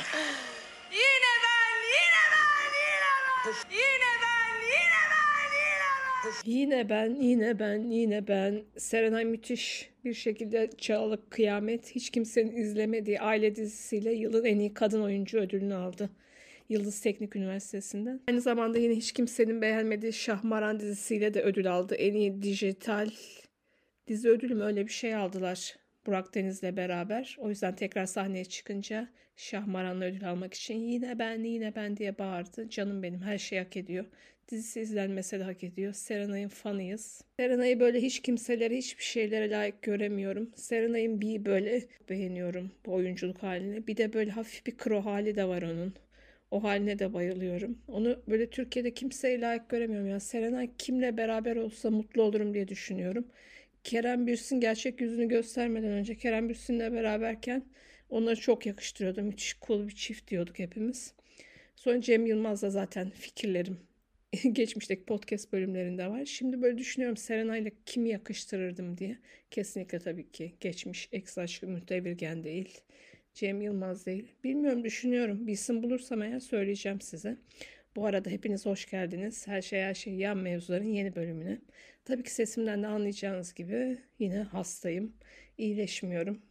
Yine ben, yine ben, yine ben. Yine ben, yine ben, yine ben. Yine ben, yine ben, yine ben. Serenay müthiş bir şekilde Çağlık Kıyamet, hiç kimsenin izlemediği aile dizisiyle yılın en iyi kadın oyuncu ödülünü aldı. Yıldız Teknik Üniversitesi'nden. Aynı zamanda yine hiç kimsenin beğenmediği Şahmaran dizisiyle de ödül aldı. En iyi dijital dizi ödülü mü, öyle bir şey aldılar Burak Deniz'le beraber. O yüzden tekrar sahneye çıkınca Şahmaran'la ödül almak için yine ben, yine ben diye bağırdı. Canım benim, her şeyi hak ediyor. Dizisi izlenmese de hak ediyor. Serenay'ın fanıyız. Serenay'ı böyle hiç kimselere, hiçbir şeylere layık göremiyorum. Serenay'ın bir böyle beğeniyorum bu oyunculuk halini. Bir de böyle hafif bir kro hali de var onun. O haline de bayılıyorum. Onu böyle Türkiye'de kimseye layık göremiyorum. Yani Serenay kimle beraber olsa mutlu olurum diye düşünüyorum. Kerem Bürsin gerçek yüzünü göstermeden önce Kerem Bürsin'le beraberken onları çok yakıştırıyordum. Müthiş cool bir çift diyorduk hepimiz. Sonra Cem Yılmaz'la zaten fikirlerim geçmişteki podcast bölümlerinde var. Şimdi böyle düşünüyorum, Serenay'la kimi yakıştırırdım diye. Kesinlikle tabii ki geçmiş ex aşkı Mütevirgen değil. Cem Yılmaz değil. Bilmiyorum, düşünüyorum. Bir isim bulursam eğer söyleyeceğim size. Bu arada hepiniz hoş geldiniz. Her şey yan mevzuların yeni bölümüne. Tabii ki sesimden de anlayacağınız gibi yine hastayım. İyileşmiyorum.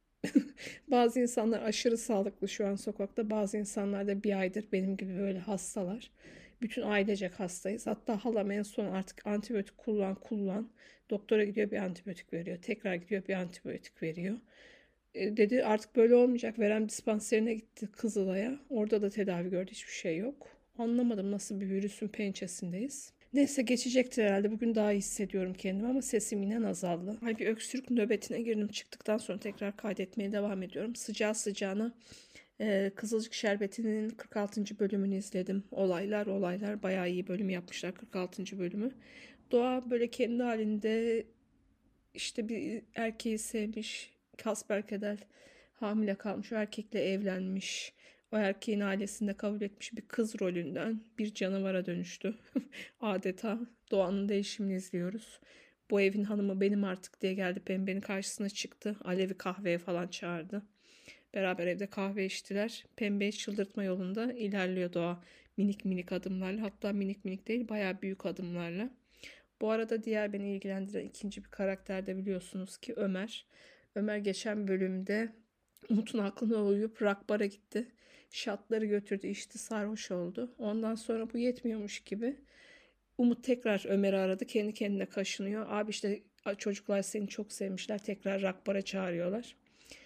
Bazı insanlar aşırı sağlıklı şu an sokakta. Bazı insanlar da bir aydır benim gibi böyle hastalar. Bütün ailecek hastayız. Hatta halam en son artık antibiyotik kullan. Doktora gidiyor, bir antibiyotik veriyor. Tekrar gidiyor, bir antibiyotik veriyor. Dedi artık böyle olmayacak. Verem dispanserine gitti Kızılay'a. Orada da tedavi gördü. Hiçbir şey yok. Anlamadım, nasıl bir virüsün pençesindeyiz. Neyse, geçecektir herhalde. Bugün daha iyi hissediyorum kendimi ama sesim yine azaldı. Ay, bir öksürük nöbetine girdim. Çıktıktan sonra tekrar kaydetmeye devam ediyorum. Sıcağı sıcağına Kızılcık Şerbeti'nin 46. bölümünü izledim. Olaylar bayağı iyi bölüm yapmışlar, 46. bölümü. Doğa böyle kendi halinde işte bir erkeği sevmiş. Hasbelkader hamile kalmış. O erkekle evlenmiş. O erkeğin ailesinde kabul etmiş bir kız rolünden bir canavara dönüştü. Adeta doğanın değişimini izliyoruz. Bu evin hanımı benim artık diye geldi. Pembenin karşısına çıktı. Alev'i kahveye falan çağırdı. Beraber evde kahve içtiler. Pembeyi çıldırtma yolunda ilerliyor Doğa. Minik minik adımlarla, hatta minik minik değil bayağı büyük adımlarla. Bu arada diğer beni ilgilendiren ikinci bir karakter de biliyorsunuz ki Ömer. Ömer geçen bölümde Umut'un aklına uyup Rakbar'a gitti. Şatları götürdü, içti, sarhoş oldu. Ondan sonra bu yetmiyormuş gibi Umut tekrar Ömer'i aradı. Kendi kendine kaşınıyor. Abi işte çocuklar seni çok sevmişler. Tekrar Rakbar'a çağırıyorlar.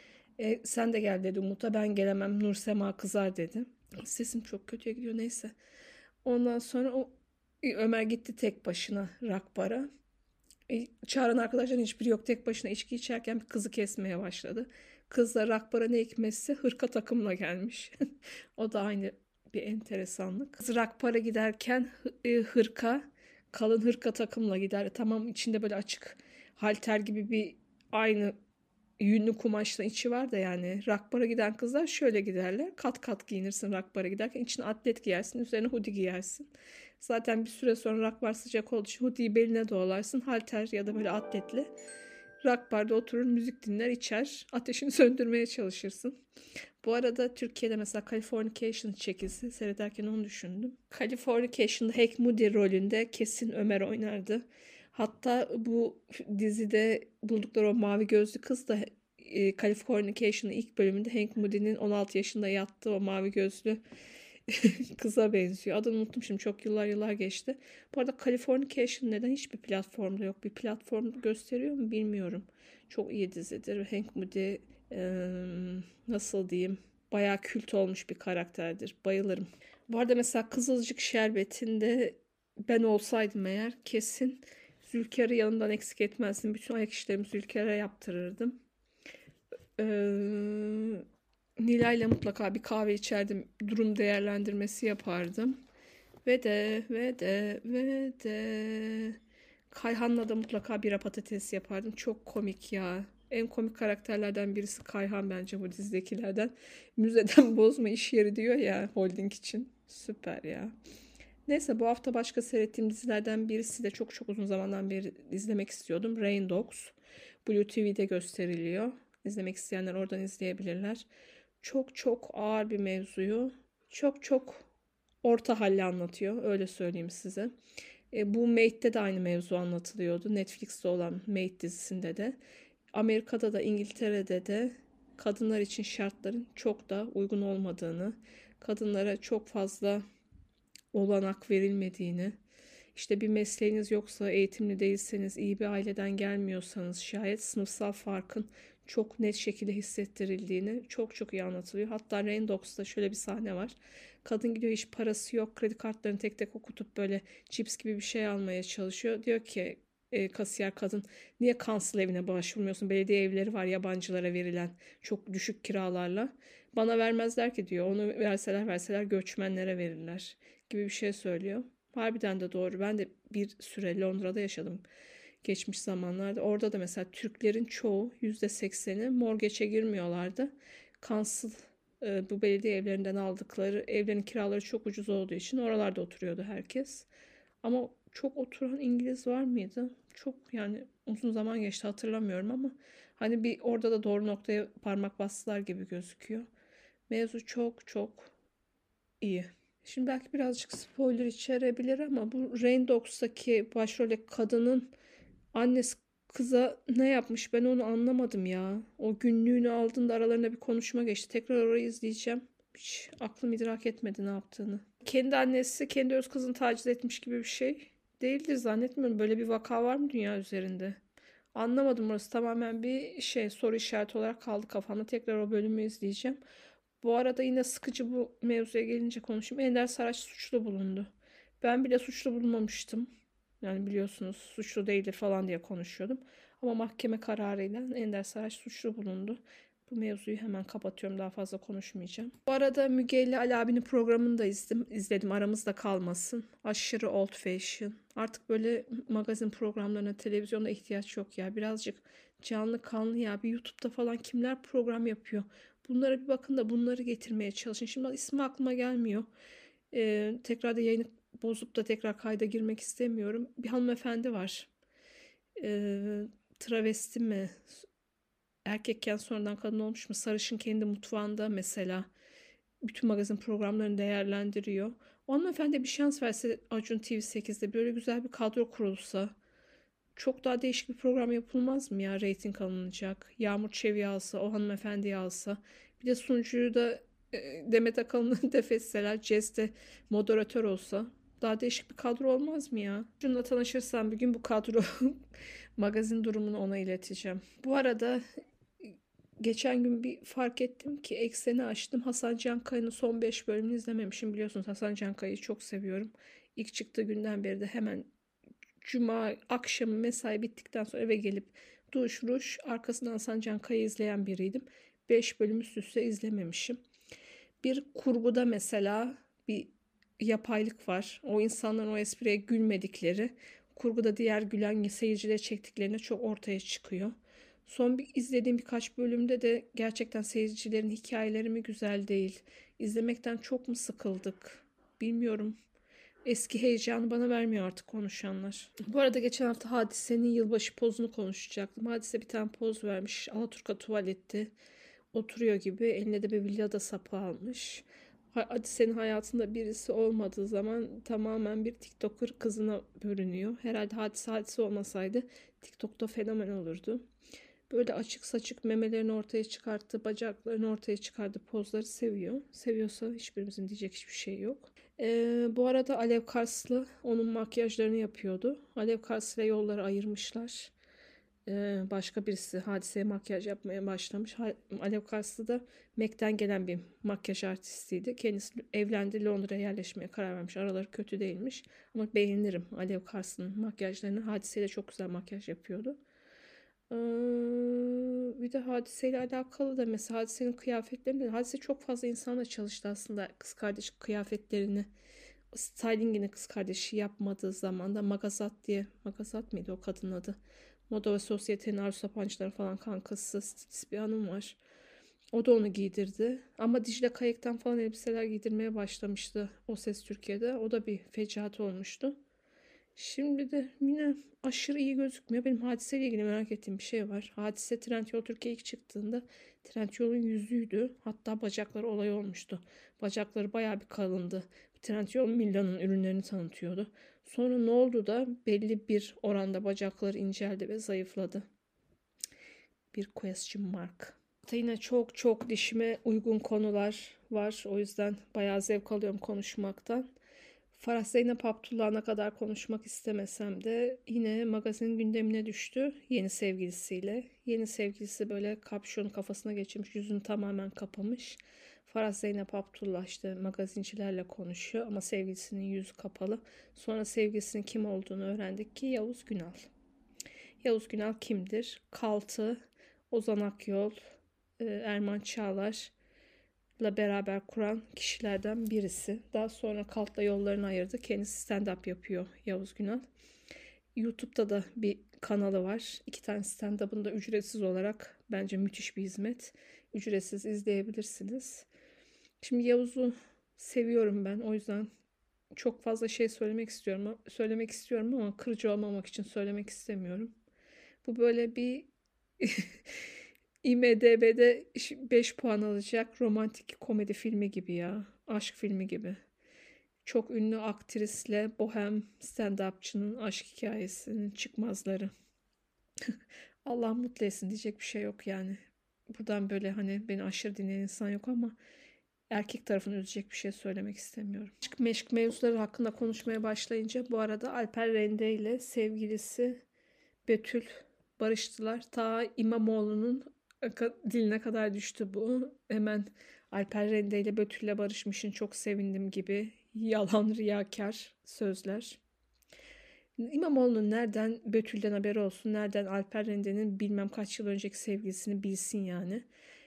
Sen de gel dedi Umut'a. Ben gelemem, Nur Sema kızar dedi. Sesim çok kötüye gidiyor, neyse. Ondan sonra Ömer gitti tek başına Rakbar'a. Çağıran arkadaşların hiçbiri yok. Tek başına içki içerken bir kızı kesmeye başladı. Kız da Rakbar'a ne hikmetse hırka takımla gelmiş. O da aynı bir enteresanlık. Kız Rakbar'a giderken hırka, kalın hırka takımla gider. Tamam, içinde böyle açık halter gibi bir aynı yünlü kumaşla içi var da, yani Rakbar'a giden kızlar şöyle giderler. Kat kat giyinirsin Rakbar'a giderken. İçine atlet giyersin, üzerine hoodie giyersin. Zaten bir süre sonra Rakbar sıcak olduğu için hoodie'yi beline dolarsın. Halter ya da böyle atletle Rakbar'da oturur, müzik dinler, içer. Ateşini söndürmeye çalışırsın. Bu arada Türkiye'de mesela Californication çekilse seyrederken onu düşündüm. Californication'da Hank Moody rolünde kesin Ömer oynardı. Hatta bu dizide buldukları o mavi gözlü kız da Californication'ın ilk bölümünde Hank Moody'nin 16 yaşında yattığı o mavi gözlü kıza benziyor. Adını unuttum şimdi, çok yıllar geçti. Bu arada Californication neden hiçbir platformda yok? Bir platform gösteriyor mu bilmiyorum. Çok iyi dizidir. Hank Moody nasıl diyeyim, bayağı kült olmuş bir karakterdir. Bayılırım. Bu arada mesela Kızılcık Şerbeti'nde ben olsaydım eğer kesin Zülkar'ı yanımdan eksik etmezdim. Bütün ayak işlerimi Zülkar'a yaptırırdım. Nilay'la mutlaka bir kahve içerdim. Durum değerlendirmesi yapardım. Ve de Kayhan'la da mutlaka bira patates yapardım. Çok komik ya. En komik karakterlerden birisi Kayhan bence bu dizidekilerden. Müzeden bozma iş yeri diyor ya holding için. Süper ya. Neyse, bu hafta başka seyrettiğim dizilerden birisi de çok uzun zamandan beri izlemek istiyordum. Rain Dogs. Blue TV'de gösteriliyor. İzlemek isteyenler oradan izleyebilirler. çok çok ağır bir mevzuyu çok çok orta halli anlatıyor. Öyle söyleyeyim size. Bu Maid'de de aynı mevzu anlatılıyordu. Netflix'te olan Maid dizisinde de. Amerika'da da İngiltere'de de kadınlar için şartların çok da uygun olmadığını, kadınlara çok fazla olanak verilmediğini, işte bir mesleğiniz yoksa, eğitimli değilseniz, iyi bir aileden gelmiyorsanız şayet sınıfsal farkın çok net şekilde hissettirildiğini çok çok iyi anlatılıyor. Hatta Rain Dogs'ta şöyle bir sahne var. Kadın gidiyor, hiç parası yok. Kredi kartlarını tek tek okutup böyle cips gibi bir şey almaya çalışıyor. Diyor ki kasiyer kadın, niye kansıl evine başvurmuyorsun? Belediye evleri var yabancılara verilen çok düşük kiralarla. Bana vermezler ki diyor. Onu verseler göçmenlere verirler gibi bir şey söylüyor. Harbiden de doğru. Ben de bir süre Londra'da yaşadım geçmiş zamanlarda. Orada da mesela Türklerin çoğu %80'i mortgage'e girmiyorlardı. Kansıl bu belediye evlerinden aldıkları evlerin kiraları çok ucuz olduğu için oralarda oturuyordu herkes. Ama çok oturan İngiliz var mıydı? Çok, yani uzun zaman geçti hatırlamıyorum ama hani bir orada da doğru noktaya parmak bastılar gibi gözüküyor. Mevzu çok çok iyi. Şimdi belki birazcık spoiler içerebilir ama bu Rain Dogs'taki başroldeki kadının annesi kıza ne yapmış, ben onu anlamadım ya. O günlüğünü aldığında aralarında bir konuşma geçti. Tekrar orayı izleyeceğim. Hiç aklım idrak etmedi ne yaptığını. Kendi annesi kendi öz kızını taciz etmiş gibi bir şey değildir zannetmiyorum. Böyle bir vaka var mı dünya üzerinde? Anlamadım, orası tamamen bir şey, soru işareti olarak kaldı kafamda. Tekrar o bölümü izleyeceğim. Bu arada yine sıkıcı bu mevzuya gelince konuşayım. Ender Saraç suçlu bulundu. Ben bile suçlu bulunmamıştım. Yani biliyorsunuz suçlu değildir falan diye konuşuyordum. Ama mahkeme kararıyla Ender Saraç suçlu bulundu. Bu mevzuyu hemen kapatıyorum. Daha fazla konuşmayacağım. Bu arada Müge ile Ali abinin programını da izledim. Aramızda kalmasın. Aşırı old fashion. Artık böyle magazin programlarına, televizyonda ihtiyaç yok ya. Birazcık canlı kanlı ya. Bir YouTube'da falan kimler program yapıyor. Bunlara bir bakın da bunları getirmeye çalışın. Şimdi ismi aklıma gelmiyor. Tekrar da yayını bozup da tekrar kayda girmek istemiyorum. Bir hanımefendi var. Ee, Travesti mi? Erkekken sonradan kadın olmuş mu? Sarışın, kendi mutfağında mesela bütün magazin programlarını değerlendiriyor. O hanımefendi bir şans verse Acun TV8'de böyle güzel bir kadro kurulsa çok daha değişik bir program yapılmaz mı ya? Rating alınacak. Yağmur Çevik'i alsa, o hanımefendiyi alsa. Bir de sunucuyu da Demet Akalın'ı def etseler, Cez'de moderatör olsa. Daha değişik bir kadro olmaz mı ya? Şununla tanışırsam bir gün bu kadro magazin durumunu ona ileteceğim. Bu arada geçen gün bir fark ettim ki ekseni açtım. Hasan Cankaya'nın son 5 bölümünü izlememişim. Biliyorsunuz Hasan Cankaya'yı çok seviyorum. İlk çıktığı günden beri de hemen Cuma akşamı mesai bittikten sonra eve gelip duş ruş arkasından Hasan Cankaya'yı izleyen biriydim. 5 bölüm üst üste izlememişim. Bir kurguda mesela bir yapaylık var. O insanların o espriye gülmedikleri, kurguda diğer gülen seyircileri çektiklerine çok ortaya çıkıyor. Son bir izlediğim birkaç bölümde de gerçekten seyircilerin hikayeleri mi güzel değil, İzlemekten çok mu sıkıldık bilmiyorum. Eski heyecanı bana vermiyor artık konuşanlar. Bu arada geçen hafta Hadise'nin yılbaşı pozunu konuşacaktım. Hadise bir tane poz vermiş. Alaturka tuvalette oturuyor gibi. Eline de bir villada sapı almış. Hadise'nin hayatında birisi olmadığı zaman tamamen bir TikToker kızına bürünüyor. Herhalde hadise olmasaydı TikTok'ta fenomen olurdu. Böyle açık saçık memelerini ortaya çıkarttı, bacaklarını ortaya çıkardı, pozları seviyor. Seviyorsa hiçbirimizin diyecek hiçbir şey yok. Bu arada Alev Karslı onun makyajlarını yapıyordu. Alev Karslı'yla yolları ayırmışlar. Başka birisi Hadise'ye makyaj yapmaya başlamış. Alev Karslı da Mac'ten gelen bir makyaj artistiydi. Kendisi evlendi, Londra'ya yerleşmeye karar vermiş. Araları kötü değilmiş. Ama beğenirim Alev Karslı'nın makyajlarını. Hadise'yle çok güzel makyaj yapıyordu. Ee, Bir de Hadise'yle alakalı da mesela Hadise'nin kıyafetlerini, Hadise çok fazla insanla çalıştı aslında kız kardeş kıyafetlerini, stylingini kız kardeşi yapmadığı zaman da Magazat mıydı o kadın adı? Moda ve Sosyete'nin Arzu Sapancı'ların falan kankası stilist bir hanım var. O da onu giydirdi. Ama Dicle Kayık'tan falan elbiseler giydirmeye başlamıştı O Ses Türkiye'de. O da bir fecaat olmuştu. Şimdi de yine aşırı iyi gözükmüyor. Benim Hadise'yle ilgili merak ettiğim bir şey var. Hadise Trendyol Türkiye ilk çıktığında Trendyol'un yüzüydü. Hatta bacakları olay olmuştu. Bacakları bayağı bir kalındı. Trendyol Milano'nun ürünlerini tanıtıyordu. Sonra ne oldu da belli bir oranda bacakları inceldi ve zayıfladı. Bir question mark. Yine çok çok dişime uygun konular var. O yüzden bayağı zevk alıyorum konuşmaktan. Farah Zeynep Abdullah'a kadar konuşmak istemesem de yine magazin gündemine düştü yeni sevgilisiyle. Yeni sevgilisi böyle kapşonu kafasına geçirmiş, yüzünü tamamen kapamış. Farah Zeynep Abdullah işte magazincilerle konuşuyor ama sevgilisinin yüzü kapalı. Sonra sevgilisinin kim olduğunu öğrendik ki Yavuz Günal. Yavuz Günal kimdir? Kaltı, Ozan Akyol, Erman Çağlar'la beraber kuran kişilerden birisi. Daha sonra Kalt'la yollarını ayırdı. Kendisi stand-up yapıyor Yavuz Günal. YouTube'da da bir kanalı var. 2 tane stand-up'ını da ücretsiz olarak bence müthiş bir hizmet. Ücretsiz izleyebilirsiniz. Şimdi Yavuz'u seviyorum ben. O yüzden çok fazla şey söylemek istiyorum ama kırıcı olmamak için söylemek istemiyorum. Bu böyle bir IMDb'de 5 puan alacak romantik komedi filmi gibi ya. Aşk filmi gibi. Çok ünlü aktrisle bohem stand-upçının aşk hikayesinin çıkmazları. Allah mutlu etsin diyecek bir şey yok yani. Buradan böyle hani beni aşırı dinleyen insan yok ama erkek tarafını üzecek bir şey söylemek istemiyorum. Aşk meşk mevzuları hakkında konuşmaya başlayınca bu arada Alper Rende ile sevgilisi Betül barıştılar. Ta İmamoğlu'nun diline kadar düştü bu. Hemen Alper Rende ile Betül'le barışmışın çok sevindim gibi yalan riyakar sözler. İmamoğlu'nun nereden Betül'den haberi olsun, nereden Alper Rende'nin bilmem kaç yıl önceki sevgilisini bilsin yani.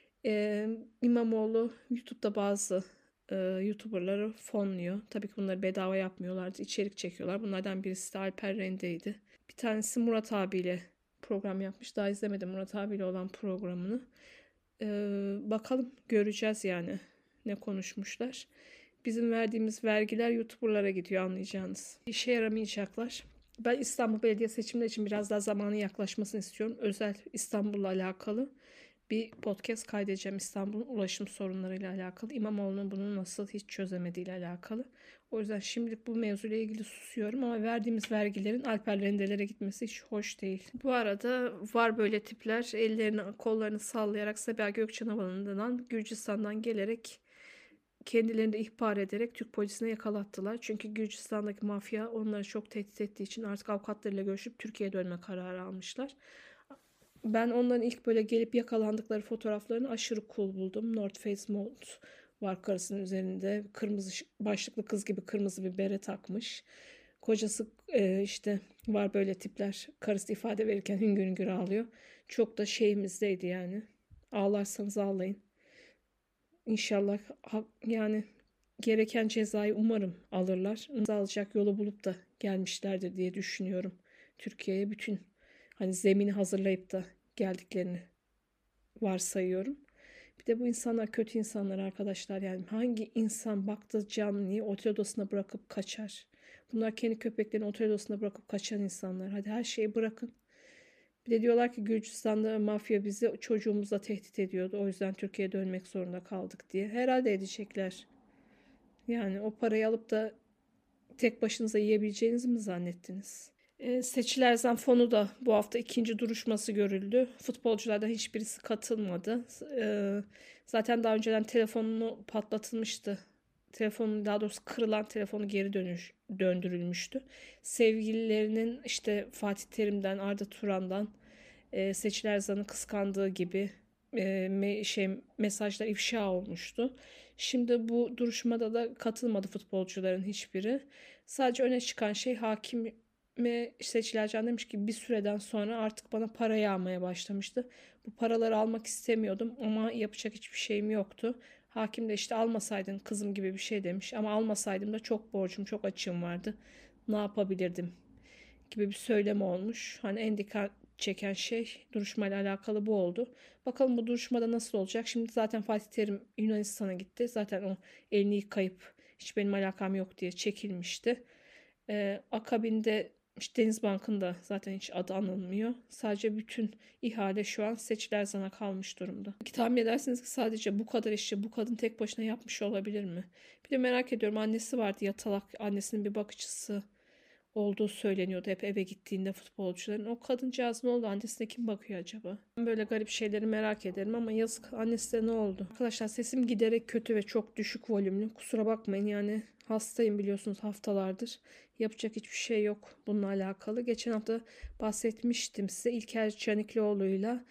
İmamoğlu YouTube'da bazı YouTuber'ları fonluyor. Tabii ki bunları bedava yapmıyorlardı. İçerik çekiyorlar. Bunlardan birisi de Alper Rende'ydi. Bir tanesi Murat abiyle program yapmış. Daha izlemedim Murat abiyle olan programını. Bakalım göreceğiz yani ne konuşmuşlar. Bizim verdiğimiz vergiler YouTuber'lara gidiyor anlayacağınız. İşe yaramayacaklar. Ben İstanbul Belediye seçimleri için biraz daha zamanın yaklaşmasını istiyorum. Özel İstanbul'la alakalı bir podcast kaydedeceğim İstanbul'un ulaşım sorunlarıyla alakalı. İmamoğlu'nun bunu nasıl hiç çözemediğiyle alakalı. O yüzden şimdilik bu mevzuyla ilgili susuyorum ama verdiğimiz vergilerin Alper Rendelere gitmesi hiç hoş değil. Bu arada var böyle tipler ellerini kollarını sallayarak Sabiha Gökçen Havalimanı'ndan Gürcistan'dan gelerek kendilerini de ihbar ederek Türk polisine yakalattılar. Çünkü Gürcistan'daki mafya onları çok tehdit ettiği için artık avukatlarıyla görüşüp Türkiye'ye dönme kararı almışlar. Ben onların ilk böyle gelip yakalandıkları fotoğraflarını aşırı cool buldum. North Face mont var karısının üzerinde. Kırmızı başlıklı kız gibi kırmızı bir bere takmış. Kocası işte var böyle tipler karısı ifade verirken hüngür hüngür ağlıyor. Çok da şeyimizdeydi yani. Ağlarsanız ağlayın. İnşallah yani gereken cezayı umarım alırlar. Alacak yolu bulup da gelmişlerdir diye düşünüyorum. Türkiye'ye bütün hani zemini hazırlayıp da geldiklerini varsayıyorum. Bir de bu insanlar kötü insanlar arkadaşlar. Yani hangi insan baktığı canlıyı otel odasına bırakıp kaçar? Bunlar kendi köpeklerini otel odasına bırakıp kaçan insanlar. Hadi her şeyi bırakın. Bir de diyorlar ki Gürcistan'da mafya bizi çocuğumuzla tehdit ediyordu. O yüzden Türkiye'ye dönmek zorunda kaldık diye. Herhalde edecekler. Yani o parayı alıp da tek başınıza yiyebileceğinizi mi zannettiniz? Seçiler Zam fonu da bu hafta ikinci duruşması görüldü. Futbolculardan hiçbirisi katılmadı. Zaten daha önceden telefonunu patlatılmıştı. Telefonu daha doğrusu kırılan telefonu geri döndürülmüştü. Sevgililerinin işte Fatih Terim'den, Arda Turan'dan Seçil Erzan'ı kıskandığı gibi mesajlar ifşa olmuştu. Şimdi bu duruşmada da katılmadı futbolcuların hiçbiri. Sadece öne çıkan şey hakim Seçil Ercan demiş ki bir süreden sonra artık bana para yağmaya başlamıştı. Bu paraları almak istemiyordum ama yapacak hiçbir şeyim yoktu. Hakim de işte almasaydın kızım gibi bir şey demiş ama almasaydım da çok borcum çok açığım vardı. Ne yapabilirdim gibi bir söylem olmuş. Hani en dikkat çeken şey duruşmayla alakalı bu oldu. Bakalım bu duruşmada nasıl olacak? Şimdi zaten Fatih Terim Yunanistan'a gitti. Zaten o elini yıkayıp hiç benim alakam yok diye çekilmişti. Akabinde İşte Denizbank'ın da zaten hiç adı anılmıyor. Sadece bütün ihale şu an Seçil Erzan'a kalmış durumda. Peki tahmin edersiniz ki sadece bu kadar işi bu kadın tek başına yapmış olabilir mi? Bir de merak ediyorum, annesi vardı yatalak, annesinin bir bakıcısı olduğu söyleniyordu hep eve gittiğinde futbolcuların. O kadıncağız ne oldu? Annesine kim bakıyor acaba? Ben böyle garip şeyleri merak ederim ama yazık, annesine ne oldu? Arkadaşlar sesim giderek kötü ve çok düşük volümlü. Kusura bakmayın, yani hastayım biliyorsunuz haftalardır. Yapacak hiçbir şey yok bununla alakalı. Geçen hafta bahsetmiştim size, İlker Çaniklioğlu'yla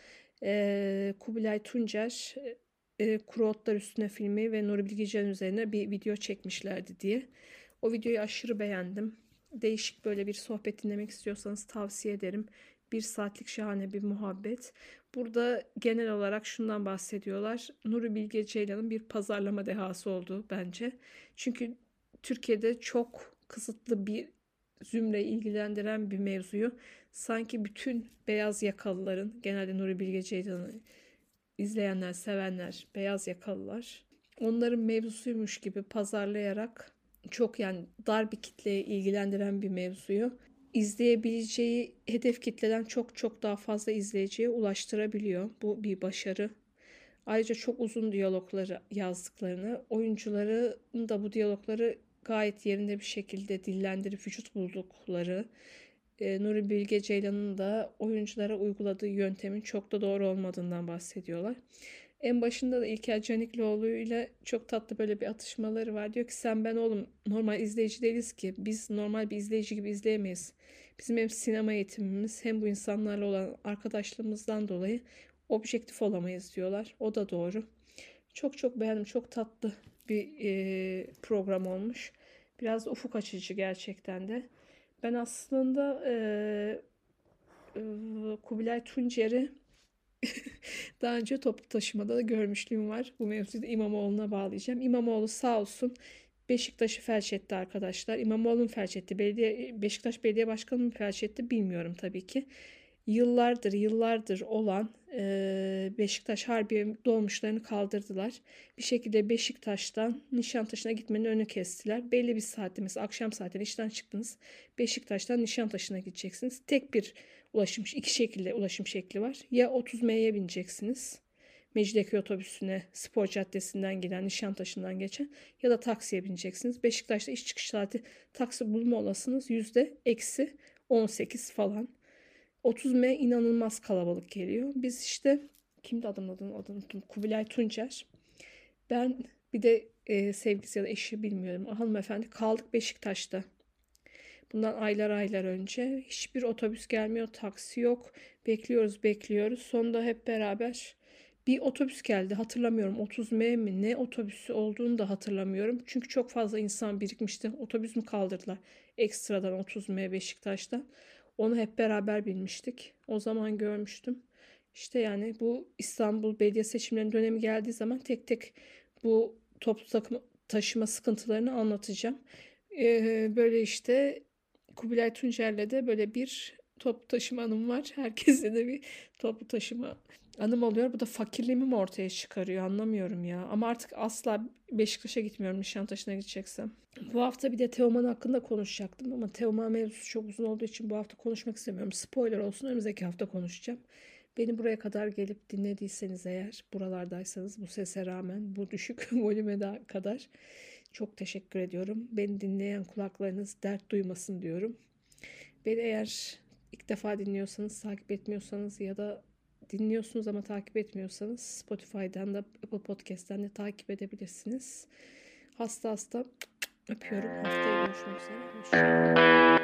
Kubilay Tuncer Kuru Otlar Üstüne filmi ve Nuri Bilge Ceylan üzerine bir video çekmişlerdi diye. O videoyu aşırı beğendim. Değişik böyle bir sohbet dinlemek istiyorsanız tavsiye ederim. 1 saatlik şahane bir muhabbet. Burada genel olarak şundan bahsediyorlar. Nuri Bilge Ceylan'ın bir pazarlama dehası olduğu bence. Çünkü Türkiye'de çok kısıtlı bir zümreyi ilgilendiren bir mevzuyu sanki bütün beyaz yakalıların, genelde Nuri Bilge Ceylan'ı izleyenler, sevenler, beyaz yakalılar, onların mevzusuymuş gibi pazarlayarak çok, yani dar bir kitleye ilgilendiren bir mevzuyu izleyebileceği hedef kitleden çok çok daha fazla izleyiciye ulaştırabiliyor. Bu bir başarı. Ayrıca çok uzun diyalogları yazdıklarını, oyuncuların da bu diyalogları gayet yerinde bir şekilde dillendirip vücut buldukları, Nuri Bilge Ceylan'ın da oyunculara uyguladığı yöntemin çok da doğru olmadığından bahsediyorlar. En başında da İlker Caniklioğlu ile çok tatlı böyle bir atışmaları var. Diyor ki sen ben oğlum normal izleyici değiliz ki. Biz normal bir izleyici gibi izleyemeyiz. Bizim hem sinema eğitimimiz hem bu insanlarla olan arkadaşlığımızdan dolayı objektif olamayız diyorlar. O da doğru. Çok çok beğendim. Çok tatlı bir program olmuş. Biraz ufuk açıcı gerçekten de. Ben aslında Kubilay Tuncer'i daha önce toplu taşımada da görmüşlüğüm var. Bu mevzuyu da İmamoğlu'na bağlayacağım. İmamoğlu sağ olsun Beşiktaş'ı felç etti arkadaşlar. İmamoğlu'nun felç etti. Beşiktaş Belediye Başkanı mı felç etti bilmiyorum tabii ki. Yıllardır olan Beşiktaş Harbiye dolmuşlarını kaldırdılar. Bir şekilde Beşiktaş'tan Nişantaşı'na gitmenin önünü kestiler. Belli bir saatte, mesela akşam saatinde işten çıktınız. Beşiktaş'tan Nişantaşı'na gideceksiniz. Tek bir iki şekilde ulaşım şekli var. Ya 30M'ye bineceksiniz. Mecidiyeköy otobüsüne Spor Caddesi'nden giden, Nişantaşı'ndan geçen, ya da taksiye bineceksiniz. Beşiktaş'ta iş çıkış saati taksi bulma olasınız %-18 falan. 30M inanılmaz kalabalık geliyor. Biz işte kimdi adını unuttum. Kubilay Tuncer. Ben bir de sevgilisi ya da eşi bilmiyorum. Hanımefendi kaldık Beşiktaş'ta. Bundan aylar önce. Hiçbir otobüs gelmiyor. Taksi yok. Bekliyoruz. Sonunda hep beraber bir otobüs geldi. Hatırlamıyorum. 30M mi ne otobüsü olduğunu da hatırlamıyorum. Çünkü çok fazla insan birikmişti. Otobüs mü kaldırdılar ekstradan 30M Beşiktaş'tan. Onu hep beraber binmiştik. O zaman görmüştüm. İşte yani bu İstanbul Belediye seçimlerinin dönemi geldiği zaman tek tek bu toplu taşıma sıkıntılarını anlatacağım. Böyle işte Kubilay Tuncer'le de böyle bir toplu taşıma anım var. Herkese de bir toplu taşıma anım oluyor. Bu da fakirliğimi mi ortaya çıkarıyor anlamıyorum ya. Ama artık asla Beşiktaş'a gitmiyorum Nişantaşı'na gideceksem. Bu hafta bir de Teoman hakkında konuşacaktım ama Teoman mevzusu çok uzun olduğu için bu hafta konuşmak istemiyorum. Spoiler olsun, önümüzdeki hafta konuşacağım. Beni buraya kadar gelip dinlediyseniz eğer, buralardaysanız bu sese rağmen, bu düşük volüme kadar çok teşekkür ediyorum. Beni dinleyen kulaklarınız dert duymasın diyorum. Beni eğer ilk defa dinliyorsanız, takip etmiyorsanız ya da dinliyorsunuz ama takip etmiyorsanız Spotify'dan da Apple Podcast'ten de takip edebilirsiniz. Hasta öpüyorum. Haftaya görüşmek üzere. Hoşçakalın.